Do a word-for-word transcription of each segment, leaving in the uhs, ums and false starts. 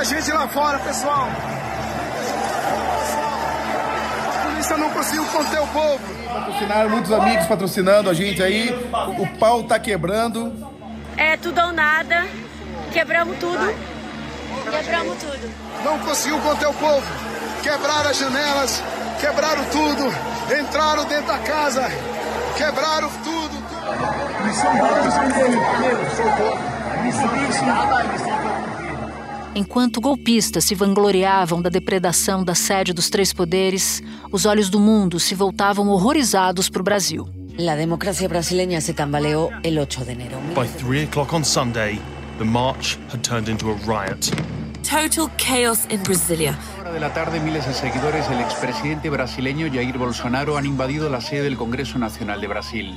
a gente lá fora, pessoal. A polícia não conseguiu conter o povo. Patrocinaram, muitos amigos patrocinando a gente aí. O, o pau tá quebrando. É tudo ou nada. Quebramos tudo. Quebramos tudo. Não conseguiu conter o povo. Quebraram as janelas, quebraram tudo. Entraram dentro da casa, quebraram tudo. Enquanto golpistas se vangloriavam da depredação da sede dos três poderes, os olhos do mundo se voltavam horrorizados para o Brasil. La democracia brasileña se tambaleó el ocho de enero. By three o'clock on Sunday, the march had turned into a riot. Total chaos in Brasilia. A la hora de la tarde, miles de seguidores del expresidente brasileño Jair Bolsonaro han invadido la sede del Congreso Nacional de Brasil.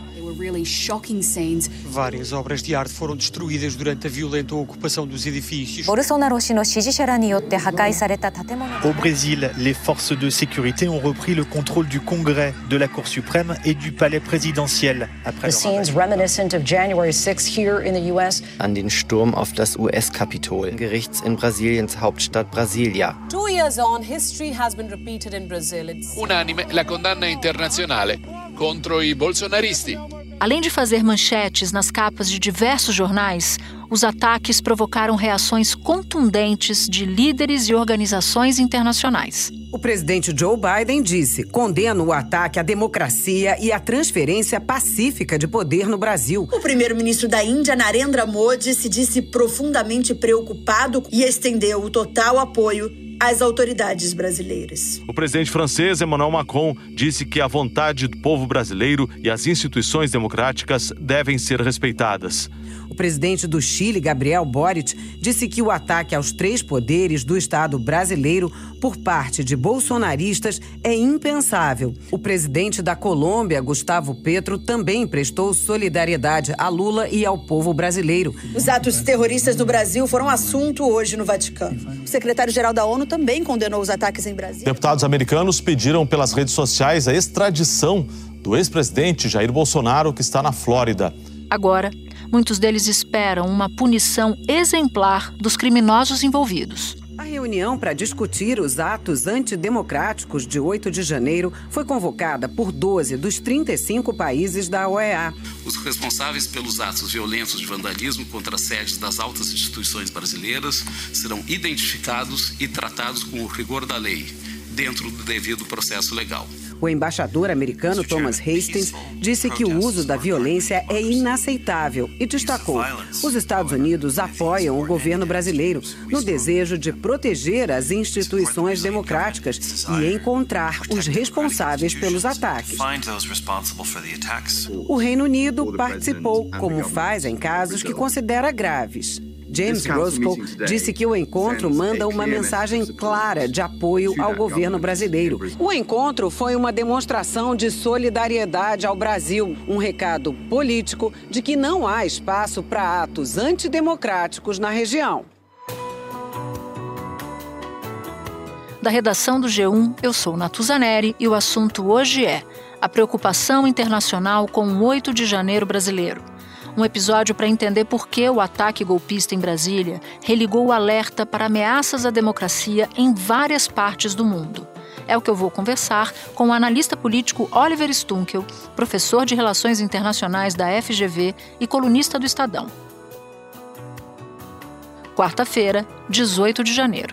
Várias obras de arte foram destruídas durante a violenta ocupação dos edifícios. Au Brésil, les forces de sécurité ont repris le contrôle du Congrès, de la Cour suprême et du palais présidentiel. The scenes reminiscent of January sixth here in the U S. An den Sturm auf das U S-Kapitol, Gerichts in Brasiliens Hauptstadt Brasilia. Two years on, history has been repeated in Brazil. It's... Unanime la condanna internazionale contro i bolsonaristi. Além de fazer manchetes nas capas de diversos jornais, os ataques provocaram reações contundentes de líderes e organizações internacionais. O presidente Joe Biden disse: condena o ataque à democracia e à transferência pacífica de poder no Brasil. O primeiro-ministro da Índia, Narendra Modi, se disse profundamente preocupado e estendeu o total apoio às autoridades brasileiras. O presidente francês Emmanuel Macron disse que a vontade do povo brasileiro e as instituições democráticas devem ser respeitadas. O presidente do Chile, Gabriel Boric, disse que o ataque aos três poderes do Estado brasileiro por parte de bolsonaristas é impensável. O presidente da Colômbia, Gustavo Petro, também prestou solidariedade a Lula e ao povo brasileiro. Os atos terroristas no Brasil foram assunto hoje no Vaticano. O secretário-geral da ONU também condenou os ataques em Brasília. Deputados americanos pediram pelas redes sociais a extradição do ex-presidente Jair Bolsonaro, que está na Flórida. Agora, muitos deles esperam uma punição exemplar dos criminosos envolvidos. A reunião para discutir os atos antidemocráticos de oito de janeiro foi convocada por doze dos trinta e cinco países da O E A. Os responsáveis pelos atos violentos de vandalismo contra as sedes das altas instituições brasileiras serão identificados e tratados com o rigor da lei, dentro do devido processo legal. O embaixador americano Thomas Hastings disse que o uso da violência é inaceitável e destacou: os Estados Unidos apoiam o governo brasileiro no desejo de proteger as instituições democráticas e encontrar os responsáveis pelos ataques. O Reino Unido participou, como faz em casos que considera graves. James Roscoe disse que o encontro manda uma mensagem clara de apoio ao governo brasileiro. O encontro foi uma demonstração de solidariedade ao Brasil, um recado político de que não há espaço para atos antidemocráticos na região. Da redação do G um, eu sou Natuza Neri e o assunto hoje é a preocupação internacional com o oito de janeiro brasileiro. Um episódio para entender por que o ataque golpista em Brasília religou o alerta para ameaças à democracia em várias partes do mundo. É o que eu vou conversar com o analista político Oliver Stunkel, professor de Relações Internacionais da F G V e colunista do Estadão. Quarta-feira, dezoito de janeiro.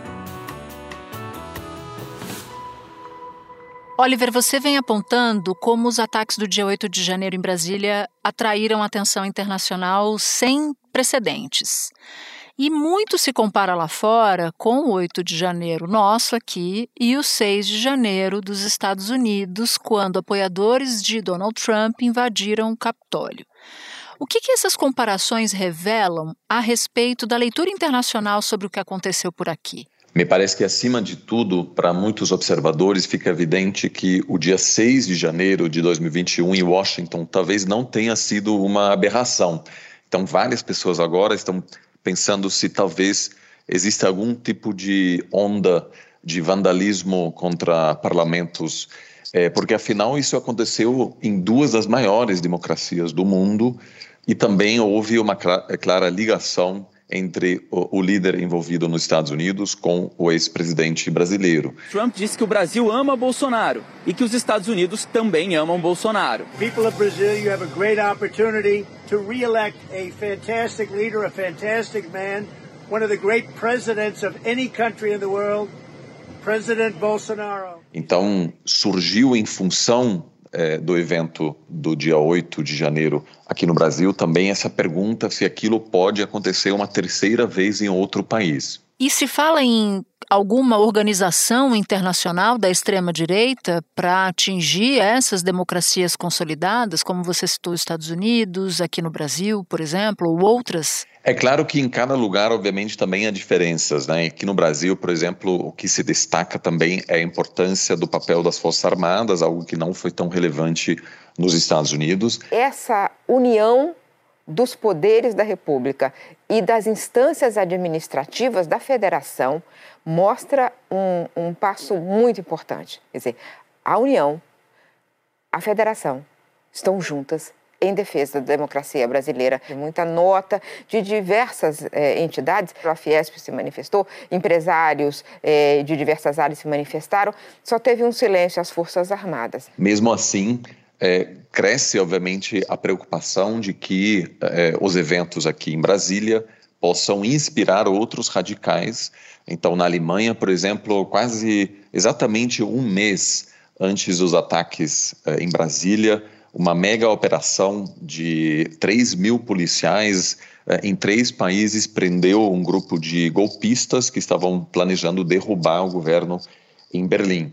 Oliver, você vem apontando como os ataques do dia oito de janeiro em Brasília atraíram atenção internacional sem precedentes. E muito se compara lá fora com o oito de janeiro nosso aqui e o seis de janeiro dos Estados Unidos, quando apoiadores de Donald Trump invadiram o Capitólio. O que, que essas comparações revelam a respeito da leitura internacional sobre o que aconteceu por aqui? Me parece que, acima de tudo, para muitos observadores, fica evidente que o dia seis de janeiro de dois mil e vinte e um em Washington talvez não tenha sido uma aberração. Então, várias pessoas agora estão pensando se talvez exista algum tipo de onda de vandalismo contra parlamentos, é, porque, afinal, isso aconteceu em duas das maiores democracias do mundo e também houve uma clara ligação entre o, o líder envolvido nos Estados Unidos com o ex-presidente brasileiro. Trump disse que o Brasil ama Bolsonaro e que os Estados Unidos também amam Bolsonaro. People of Brazil, you have a great opportunity to re-elect a fantastic leader, a fantastic man, one of the great presidents of any country in the world, President Bolsonaro. Então, surgiu em função é, do evento do dia oito de janeiro aqui no Brasil também essa pergunta se aquilo pode acontecer uma terceira vez em outro país. E se fala em alguma organização internacional da extrema-direita para atingir essas democracias consolidadas, como você citou os Estados Unidos, aqui no Brasil, por exemplo, ou outras? É claro que em cada lugar, obviamente, também há diferenças, né? Aqui no Brasil, por exemplo, o que se destaca também é a importância do papel das Forças Armadas, algo que não foi tão relevante nos Estados Unidos. Essa união dos poderes da República e das instâncias administrativas da Federação mostra um, um passo muito importante. Quer dizer, a União, a Federação estão juntas em defesa da democracia brasileira. Muita nota de diversas eh, entidades, a Fiesp se manifestou, empresários eh, de diversas áreas se manifestaram, só teve um silêncio às Forças Armadas. Mesmo assim, É, cresce, obviamente, a preocupação de que é, os eventos aqui em Brasília possam inspirar outros radicais. Então, na Alemanha, por exemplo, quase exatamente um mês antes dos ataques é, em Brasília, uma mega operação de três mil policiais é, em três países prendeu um grupo de golpistas que estavam planejando derrubar o governo em Berlim.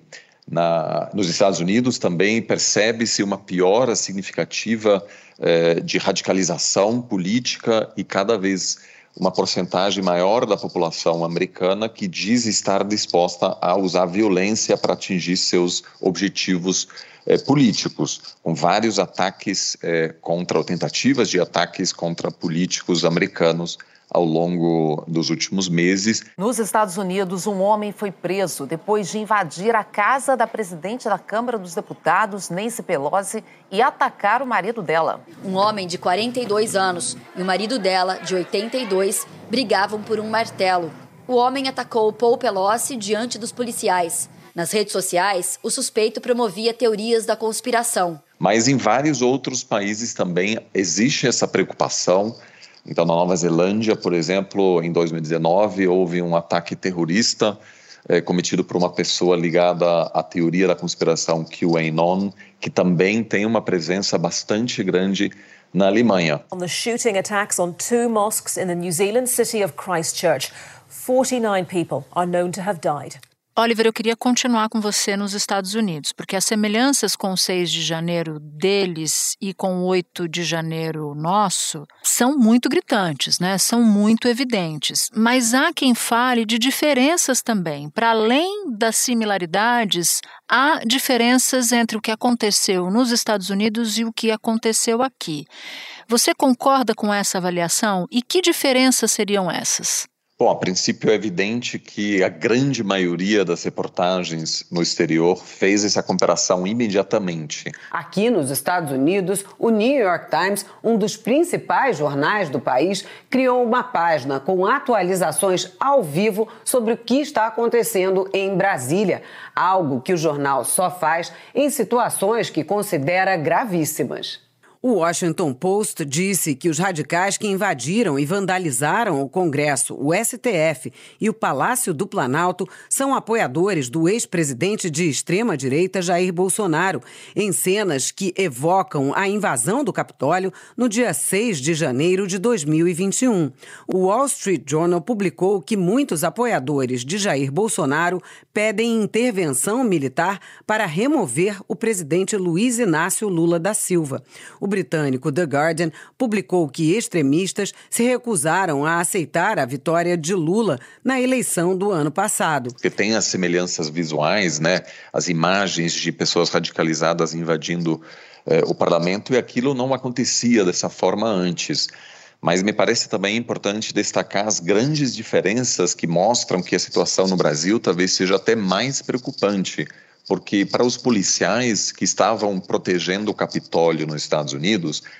Na, nos Estados Unidos também percebe-se uma piora significativa eh, de radicalização política e cada vez uma porcentagem maior da população americana que diz estar disposta a usar violência para atingir seus objetivos eh, políticos, com vários ataques eh, contra, ou tentativas de ataques contra políticos americanos ao longo dos últimos meses. Nos Estados Unidos, um homem foi preso depois de invadir a casa da presidente da Câmara dos Deputados, Nancy Pelosi, e atacar o marido dela. Um homem de quarenta e dois anos e o marido dela, de oitenta e dois, brigavam por um martelo. O homem atacou Paul Pelosi diante dos policiais. Nas redes sociais, o suspeito promovia teorias da conspiração. Mas em vários outros países também existe essa preocupação. Então, na Nova Zelândia, por exemplo, em dois mil e dezenove, houve um ataque terrorista eh, cometido por uma pessoa ligada à teoria da conspiração QAnon, que também tem uma presença bastante grande na Alemanha. On the shooting attacks on two mosques in the New Zealand city of Christchurch, forty-nine people are known to have died. Oliver, eu queria continuar com você nos Estados Unidos, porque as semelhanças com o seis de janeiro deles e com o oito de janeiro nosso são muito gritantes, né? São muito evidentes. Mas há quem fale de diferenças também. Para além das similaridades, há diferenças entre o que aconteceu nos Estados Unidos e o que aconteceu aqui. Você concorda com essa avaliação? E que diferenças seriam essas? Bom, a princípio é evidente que a grande maioria das reportagens no exterior fez essa comparação imediatamente. Aqui nos Estados Unidos, o New York Times, um dos principais jornais do país, criou uma página com atualizações ao vivo sobre o que está acontecendo em Brasília, algo que o jornal só faz em situações que considera gravíssimas. O Washington Post disse que os radicais que invadiram e vandalizaram o Congresso, o S T F e o Palácio do Planalto são apoiadores do ex-presidente de extrema-direita Jair Bolsonaro, em cenas que evocam a invasão do Capitólio no dia seis de janeiro de dois mil e vinte e um. O Wall Street Journal publicou que muitos apoiadores de Jair Bolsonaro pedem intervenção militar para remover o presidente Luiz Inácio Lula da Silva. O britânico The Guardian publicou que extremistas se recusaram a aceitar a vitória de Lula na eleição do ano passado. Porque tem as semelhanças visuais, né? As imagens de pessoas radicalizadas invadindo eh, o parlamento, e aquilo não acontecia dessa forma antes. Mas me parece também importante destacar as grandes diferenças que mostram que a situação no Brasil talvez seja até mais preocupante. Porque para os policiais que estavam protegendo o Capitólio nos Estados Unidos,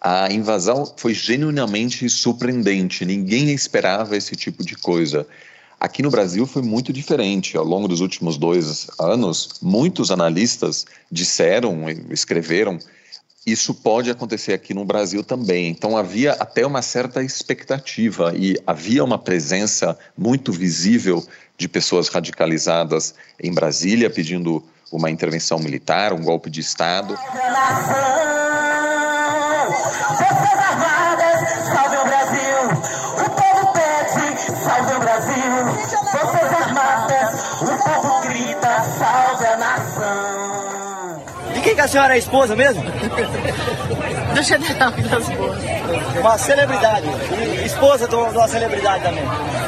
a invasão foi genuinamente surpreendente, ninguém esperava esse tipo de coisa. Aqui no Brasil foi muito diferente. Ao longo dos últimos dois anos, muitos analistas disseram, escreveram, isso pode acontecer aqui no Brasil também. Então havia até uma certa expectativa e havia uma presença muito visível de pessoas radicalizadas em Brasília pedindo uma intervenção militar, um golpe de Estado. Forças Armadas, salve o Brasil! O povo pede, salve o Brasil! Forças Armadas, o povo grita, salve a nação! De quem que a senhora é esposa mesmo? Do general das boas. Uma celebridade, e esposa de uma celebridade também.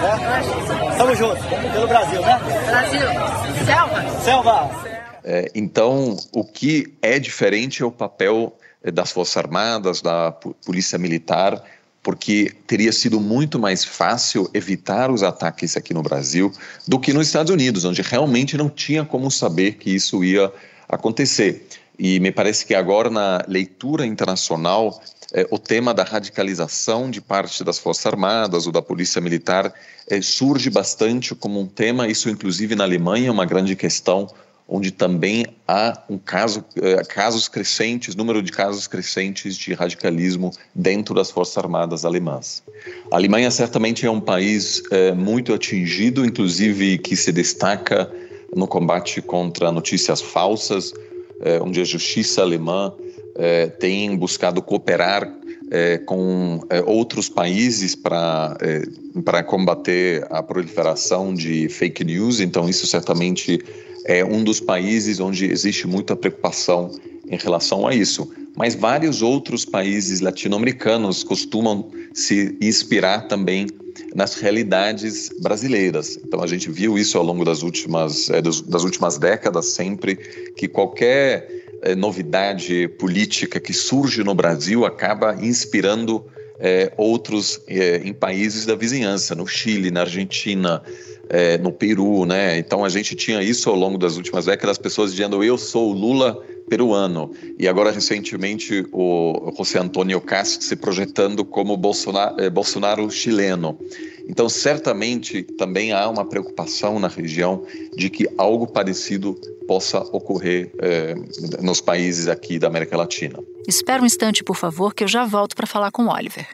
Né? Estamos juntos, pelo Brasil, né? Brasil, selva! Selva! É, então, o que é diferente é o papel das Forças Armadas, da Polícia Militar, porque teria sido muito mais fácil evitar os ataques aqui no Brasil do que nos Estados Unidos, onde realmente não tinha como saber que isso ia acontecer. E me parece que agora, na leitura internacional, eh, o tema da radicalização de parte das Forças Armadas ou da Polícia Militar eh, surge bastante como um tema, isso inclusive na Alemanha é uma grande questão, onde também há um caso, eh, casos crescentes, número de casos crescentes de radicalismo dentro das Forças Armadas alemãs. A Alemanha certamente é um país eh, muito atingido, inclusive que se destaca no combate contra notícias falsas, eh, onde a justiça alemã eh, tem buscado cooperar eh, com eh, outros países para eh, para combater a proliferação de fake news. Então isso certamente é um dos países onde existe muita preocupação em relação a isso. Mas vários outros países latino-americanos costumam se inspirar também nas realidades brasileiras. Então a gente viu isso ao longo das últimas, é, das últimas décadas sempre, que qualquer é, novidade política que surge no Brasil acaba inspirando é, outros é, em países da vizinhança, no Chile, na Argentina, É, no Peru, né? Então a gente tinha isso ao longo das últimas décadas, as pessoas dizendo eu sou o Lula peruano, e agora recentemente o José Antônio Cast se projetando como Bolsonaro, eh, Bolsonaro chileno. Então certamente também há uma preocupação na região de que algo parecido possa ocorrer eh, nos países aqui da América Latina. Espera um instante, por favor, que eu já volto para falar com o Oliver.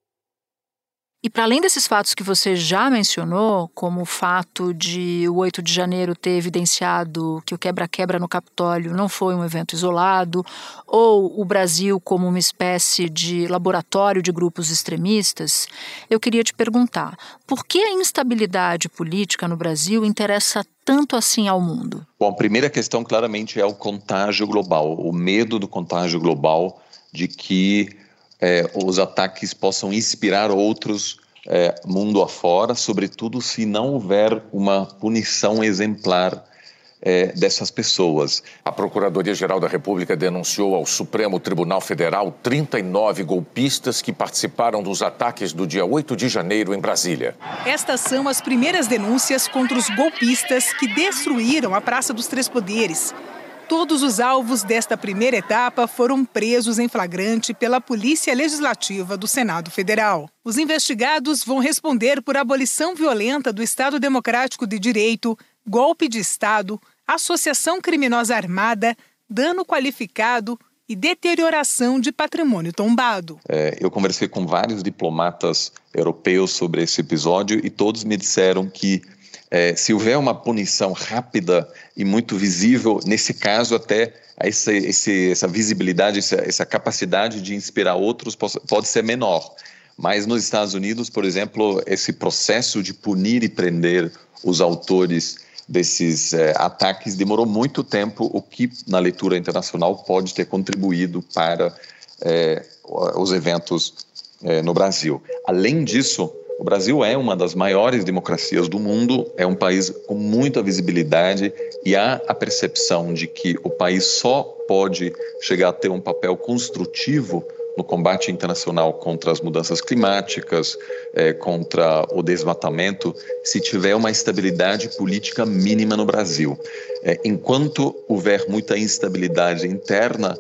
E para além desses fatos que você já mencionou, como o fato de o oito de janeiro ter evidenciado que o quebra-quebra no Capitólio não foi um evento isolado, ou o Brasil como uma espécie de laboratório de grupos extremistas, eu queria te perguntar, por que a instabilidade política no Brasil interessa tanto assim ao mundo? Bom, a primeira questão claramente é o contágio global, o medo do contágio global de que É, os ataques possam inspirar outros é, mundo afora, sobretudo se não houver uma punição exemplar é, dessas pessoas. A Procuradoria-Geral da República denunciou ao Supremo Tribunal Federal trinta e nove golpistas que participaram dos ataques do dia oito de janeiro em Brasília. Estas são as primeiras denúncias contra os golpistas que destruíram a Praça dos Três Poderes. Todos os alvos desta primeira etapa foram presos em flagrante pela Polícia Legislativa do Senado Federal. Os investigados vão responder por abolição violenta do Estado Democrático de Direito, golpe de Estado, associação criminosa armada, dano qualificado e deterioração de patrimônio tombado. É, eu conversei com vários diplomatas europeus sobre esse episódio e todos me disseram que É, se houver uma punição rápida e muito visível, nesse caso até essa, esse, essa visibilidade, essa, essa capacidade de inspirar outros pode ser menor. Mas nos Estados Unidos, por exemplo, esse processo de punir e prender os autores desses é, ataques demorou muito tempo, o que na leitura internacional pode ter contribuído para é, os eventos é, no Brasil. Além disso, o Brasil é uma das maiores democracias do mundo, é um país com muita visibilidade e há a percepção de que o país só pode chegar a ter um papel construtivo no combate internacional contra as mudanças climáticas, é, contra o desmatamento, se tiver uma estabilidade política mínima no Brasil. É, enquanto houver muita instabilidade interna,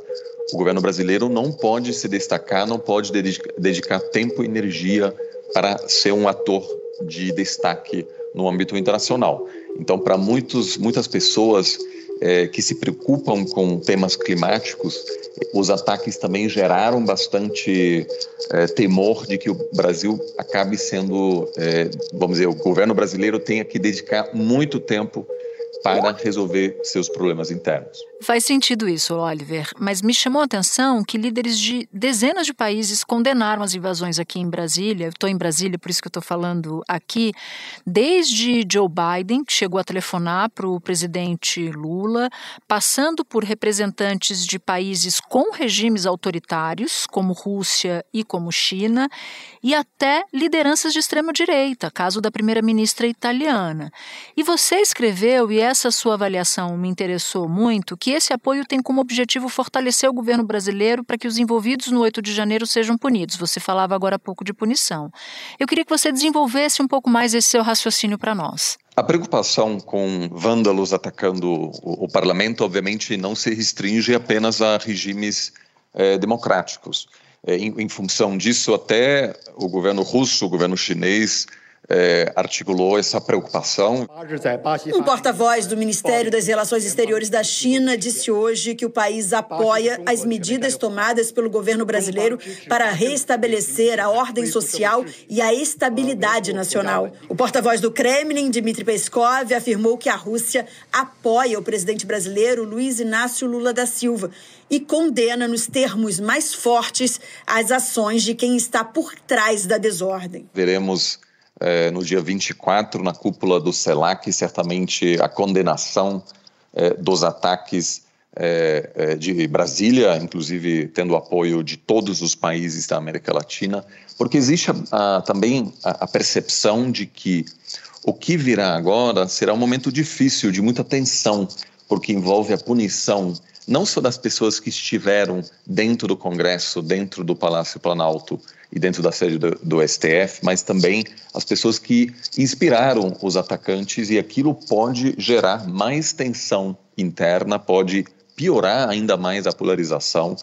o governo brasileiro não pode se destacar, não pode dedicar tempo e energia para ser um ator de destaque no âmbito internacional. Então, para muitos, muitas pessoas é, que se preocupam com temas climáticos, os ataques também geraram bastante é, temor de que o Brasil acabe sendo, é, vamos dizer, o governo brasileiro tenha que dedicar muito tempo para resolver seus problemas internos. Faz sentido isso, Oliver, mas me chamou a atenção que líderes de dezenas de países condenaram as invasões aqui em Brasília. Eu estou em Brasília, por isso que eu estou falando aqui. Desde Joe Biden, que chegou a telefonar para o presidente Lula, passando por representantes de países com regimes autoritários, como Rússia e como China, e até lideranças de extrema-direita, caso da primeira-ministra italiana. E você escreveu, e essa sua avaliação me interessou muito, que esse apoio tem como objetivo fortalecer o governo brasileiro para que os envolvidos no oito de janeiro sejam punidos. Você falava agora há pouco de punição. Eu queria que você desenvolvesse um pouco mais esse seu raciocínio para nós. A preocupação com vândalos atacando o, o parlamento, obviamente, não se restringe apenas a regimes eh, democráticos. Eh, em, em função disso, até o governo russo, o governo chinês, É, articulou essa preocupação. Um porta-voz do Ministério das Relações Exteriores da China disse hoje que o país apoia as medidas tomadas pelo governo brasileiro para restabelecer a ordem social e a estabilidade nacional. O porta-voz do Kremlin, Dmitry Peskov, afirmou que a Rússia apoia o presidente brasileiro Luiz Inácio Lula da Silva e condena nos termos mais fortes as ações de quem está por trás da desordem. Veremos É, no dia vinte e quatro, na cúpula do CELAC, certamente a condenação é, dos ataques é, é, de Brasília, inclusive tendo o apoio de todos os países da América Latina, porque existe a, a, também a, a percepção de que o que virá agora será um momento difícil, de muita tensão, porque envolve a punição não só das pessoas que estiveram dentro do Congresso, dentro do Palácio Planalto e dentro da sede do, do S T F, mas também as pessoas que inspiraram os atacantes, e aquilo pode gerar mais tensão interna, pode piorar ainda mais a polarização,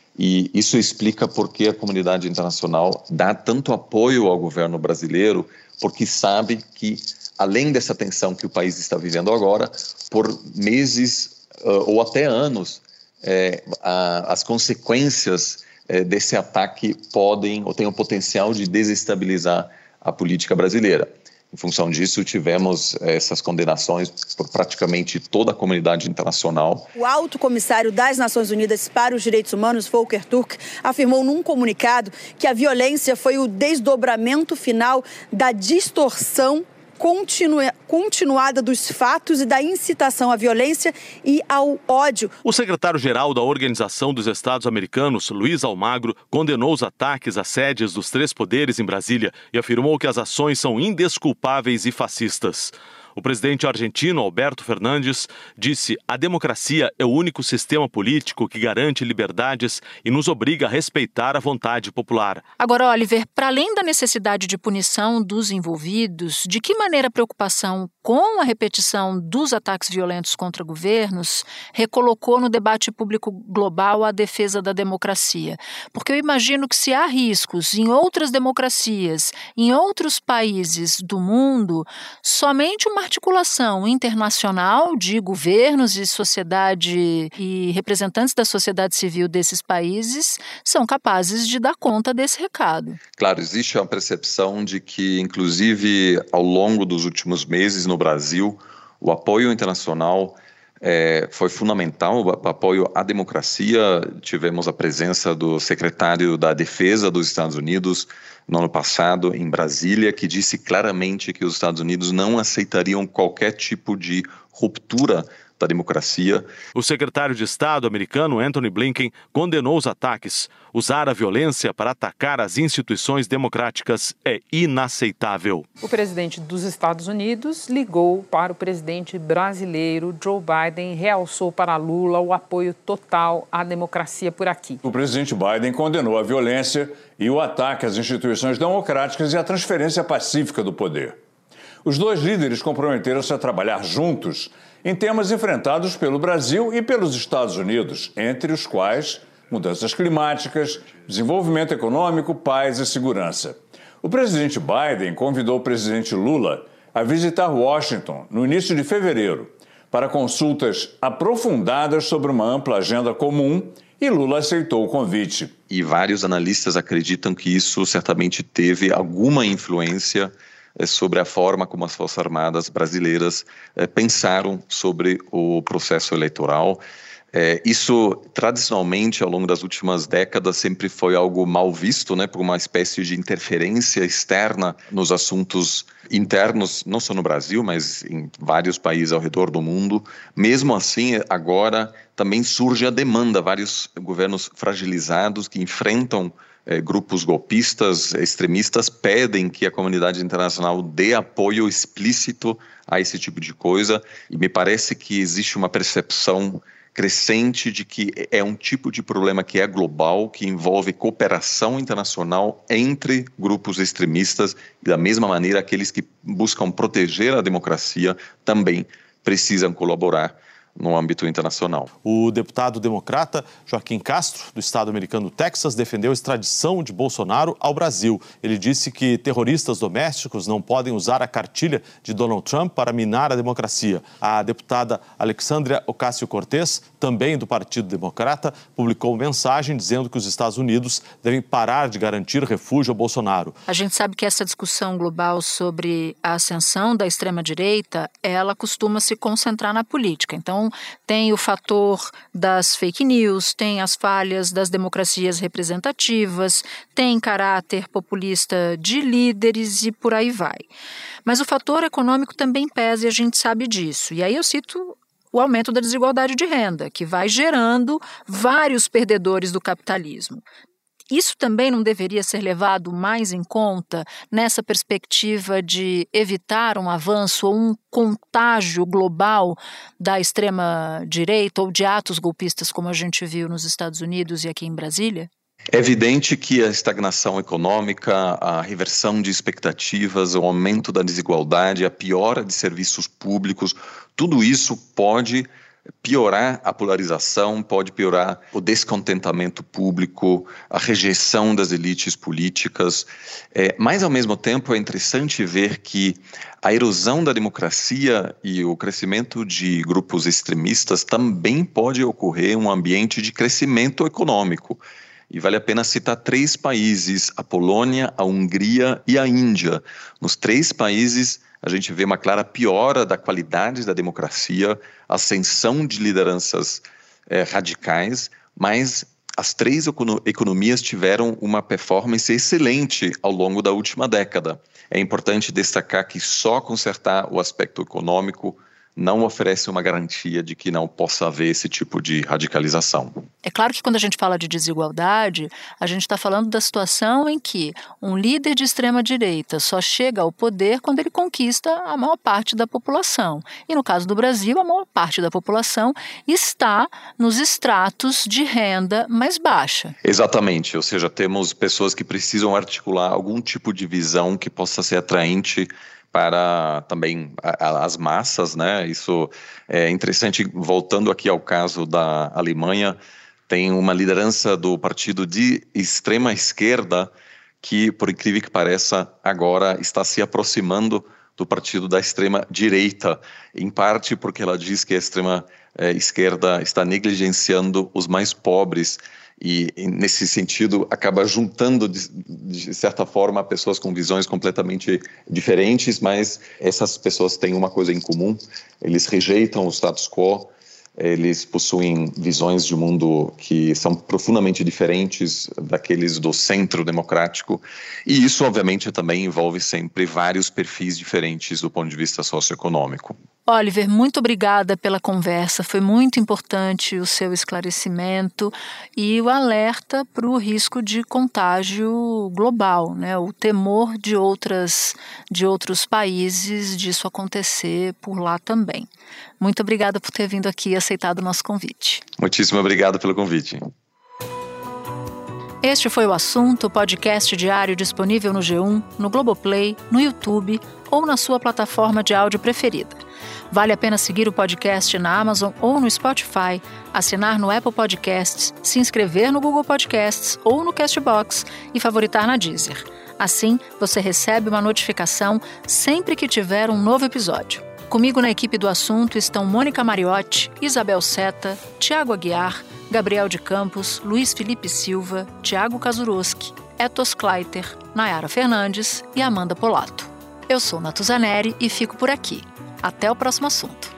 e isso explica por que a comunidade internacional dá tanto apoio ao governo brasileiro, porque sabe que, além dessa tensão que o país está vivendo agora, por meses Uh, ou até anos, é, a, as consequências é, desse ataque podem ou têm o potencial de desestabilizar a política brasileira. Em função disso, tivemos essas condenações por praticamente toda a comunidade internacional. O alto comissário das Nações Unidas para os Direitos Humanos, Volker Turk, afirmou num comunicado que a violência foi o desdobramento final da distorção Continua, continuada dos fatos e da incitação à violência e ao ódio. O secretário-geral da Organização dos Estados Americanos, Luiz Almagro, condenou os ataques às sedes dos três poderes em Brasília e afirmou que as ações são indesculpáveis e fascistas. O presidente argentino, Alberto Fernandes, disse: a democracia é o único sistema político que garante liberdades e nos obriga a respeitar a vontade popular. Agora, Oliver, para além da necessidade de punição dos envolvidos, de que maneira a preocupação com a repetição dos ataques violentos contra governos recolocou no debate público global a defesa da democracia? Porque eu imagino que se há riscos em outras democracias, em outros países do mundo, somente uma articulação internacional de governos e sociedade e representantes da sociedade civil desses países são capazes de dar conta desse recado. Claro, existe uma percepção de que, inclusive, ao longo dos últimos meses no Brasil, o apoio internacional é, foi fundamental, o apoio à democracia. Tivemos a presença do secretário da Defesa dos Estados Unidos no ano passado, em Brasília, que disse claramente que os Estados Unidos não aceitariam qualquer tipo de ruptura da democracia. O secretário de Estado americano, Antony Blinken, condenou os ataques. Usar a violência para atacar as instituições democráticas é inaceitável. O presidente dos Estados Unidos ligou para o presidente brasileiro, Joe Biden, e realçou para Lula o apoio total à democracia por aqui. O presidente Biden condenou a violência e o ataque às instituições democráticas e a transferência pacífica do poder. Os dois líderes comprometeram-se a trabalhar juntos em temas enfrentados pelo Brasil e pelos Estados Unidos, entre os quais mudanças climáticas, desenvolvimento econômico, paz e segurança. O presidente Biden convidou o presidente Lula a visitar Washington no início de fevereiro para consultas aprofundadas sobre uma ampla agenda comum, e Lula aceitou o convite. E vários analistas acreditam que isso certamente teve alguma influência sobre a forma como as Forças Armadas brasileiras pensaram sobre o processo eleitoral. Isso, tradicionalmente, ao longo das últimas décadas, sempre foi algo mal visto, né, por uma espécie de interferência externa nos assuntos internos, não só no Brasil, mas em vários países ao redor do mundo. Mesmo assim, agora também surge a demanda, vários governos fragilizados que enfrentam eh, grupos golpistas, extremistas, pedem que a comunidade internacional dê apoio explícito a esse tipo de coisa, e me parece que existe uma percepção crescente de que é um tipo de problema que é global, que envolve cooperação internacional entre grupos extremistas, e da mesma maneira aqueles que buscam proteger a democracia também precisam colaborar no âmbito internacional. O deputado democrata Joaquim Castro, do estado americano do Texas, defendeu a extradição de Bolsonaro ao Brasil. Ele disse que terroristas domésticos não podem usar a cartilha de Donald Trump para minar a democracia. A deputada Alexandria Ocasio-Cortez, também do Partido Democrata, publicou mensagem dizendo que os Estados Unidos devem parar de garantir refúgio a Bolsonaro. A gente sabe que essa discussão global sobre a ascensão da extrema-direita, ela costuma se concentrar na política. Então, tem o fator das fake news, tem as falhas das democracias representativas, tem caráter populista de líderes e por aí vai. Mas o fator econômico também pesa e a gente sabe disso. E aí eu cito o aumento da desigualdade de renda, que vai gerando vários perdedores do capitalismo. Isso também não deveria ser levado mais em conta nessa perspectiva de evitar um avanço ou um contágio global da extrema-direita ou de atos golpistas, como a gente viu nos Estados Unidos e aqui em Brasília? É evidente que a estagnação econômica, a reversão de expectativas, o aumento da desigualdade, a piora de serviços públicos, tudo isso pode piorar a polarização, pode piorar o descontentamento público, a rejeição das elites políticas. É, mas, ao mesmo tempo, é interessante ver que a erosão da democracia e o crescimento de grupos extremistas também pode ocorrer em um ambiente de crescimento econômico. E vale a pena citar três países, a Polônia, a Hungria e a Índia. Nos três países, a gente vê uma clara piora da qualidade da democracia, ascensão de lideranças eh, radicais, mas as três economias tiveram uma performance excelente ao longo da última década. É importante destacar que só consertar o aspecto econômico não oferece uma garantia de que não possa haver esse tipo de radicalização. É claro que quando a gente fala de desigualdade, a gente está falando da situação em que um líder de extrema-direita só chega ao poder quando ele conquista a maior parte da população. E no caso do Brasil, a maior parte da população está nos estratos de renda mais baixa. Exatamente, ou seja, temos pessoas que precisam articular algum tipo de visão que possa ser atraente para também as massas, né? Isso é interessante. Voltando aqui ao caso da Alemanha, tem uma liderança do partido de extrema esquerda que, por incrível que pareça, agora está se aproximando do partido da extrema direita, em parte porque ela diz que a extrema eh, esquerda está negligenciando os mais pobres. E, nesse sentido, acaba juntando, de, de certa forma, pessoas com visões completamente diferentes, mas essas pessoas têm uma coisa em comum: eles rejeitam o status quo, eles possuem visões de mundo que são profundamente diferentes daqueles do centro democrático, e isso, obviamente, também envolve sempre vários perfis diferentes do ponto de vista socioeconômico. Oliver, muito obrigada pela conversa, foi muito importante o seu esclarecimento e o alerta para o risco de contágio global, né? O temor de, outras, de outros países disso acontecer por lá também. Muito obrigada por ter vindo aqui e aceitado o nosso convite. Muitíssimo obrigado pelo convite. Este foi o Assunto, podcast diário disponível no G um, no Globoplay, no YouTube ou na sua plataforma de áudio preferida. Vale a pena seguir o podcast na Amazon ou no Spotify, assinar no Apple Podcasts, se inscrever no Google Podcasts ou no Castbox e favoritar na Deezer. Assim, você recebe uma notificação sempre que tiver um novo episódio. Comigo na equipe do assunto estão Mônica Mariotti, Isabel Seta, Tiago Aguiar, Gabriel de Campos, Luiz Felipe Silva, Tiago Kazuroski, Etos Kleiter, Nayara Fernandes e Amanda Polato. Eu sou Natuzaneri e fico por aqui. Até o próximo assunto.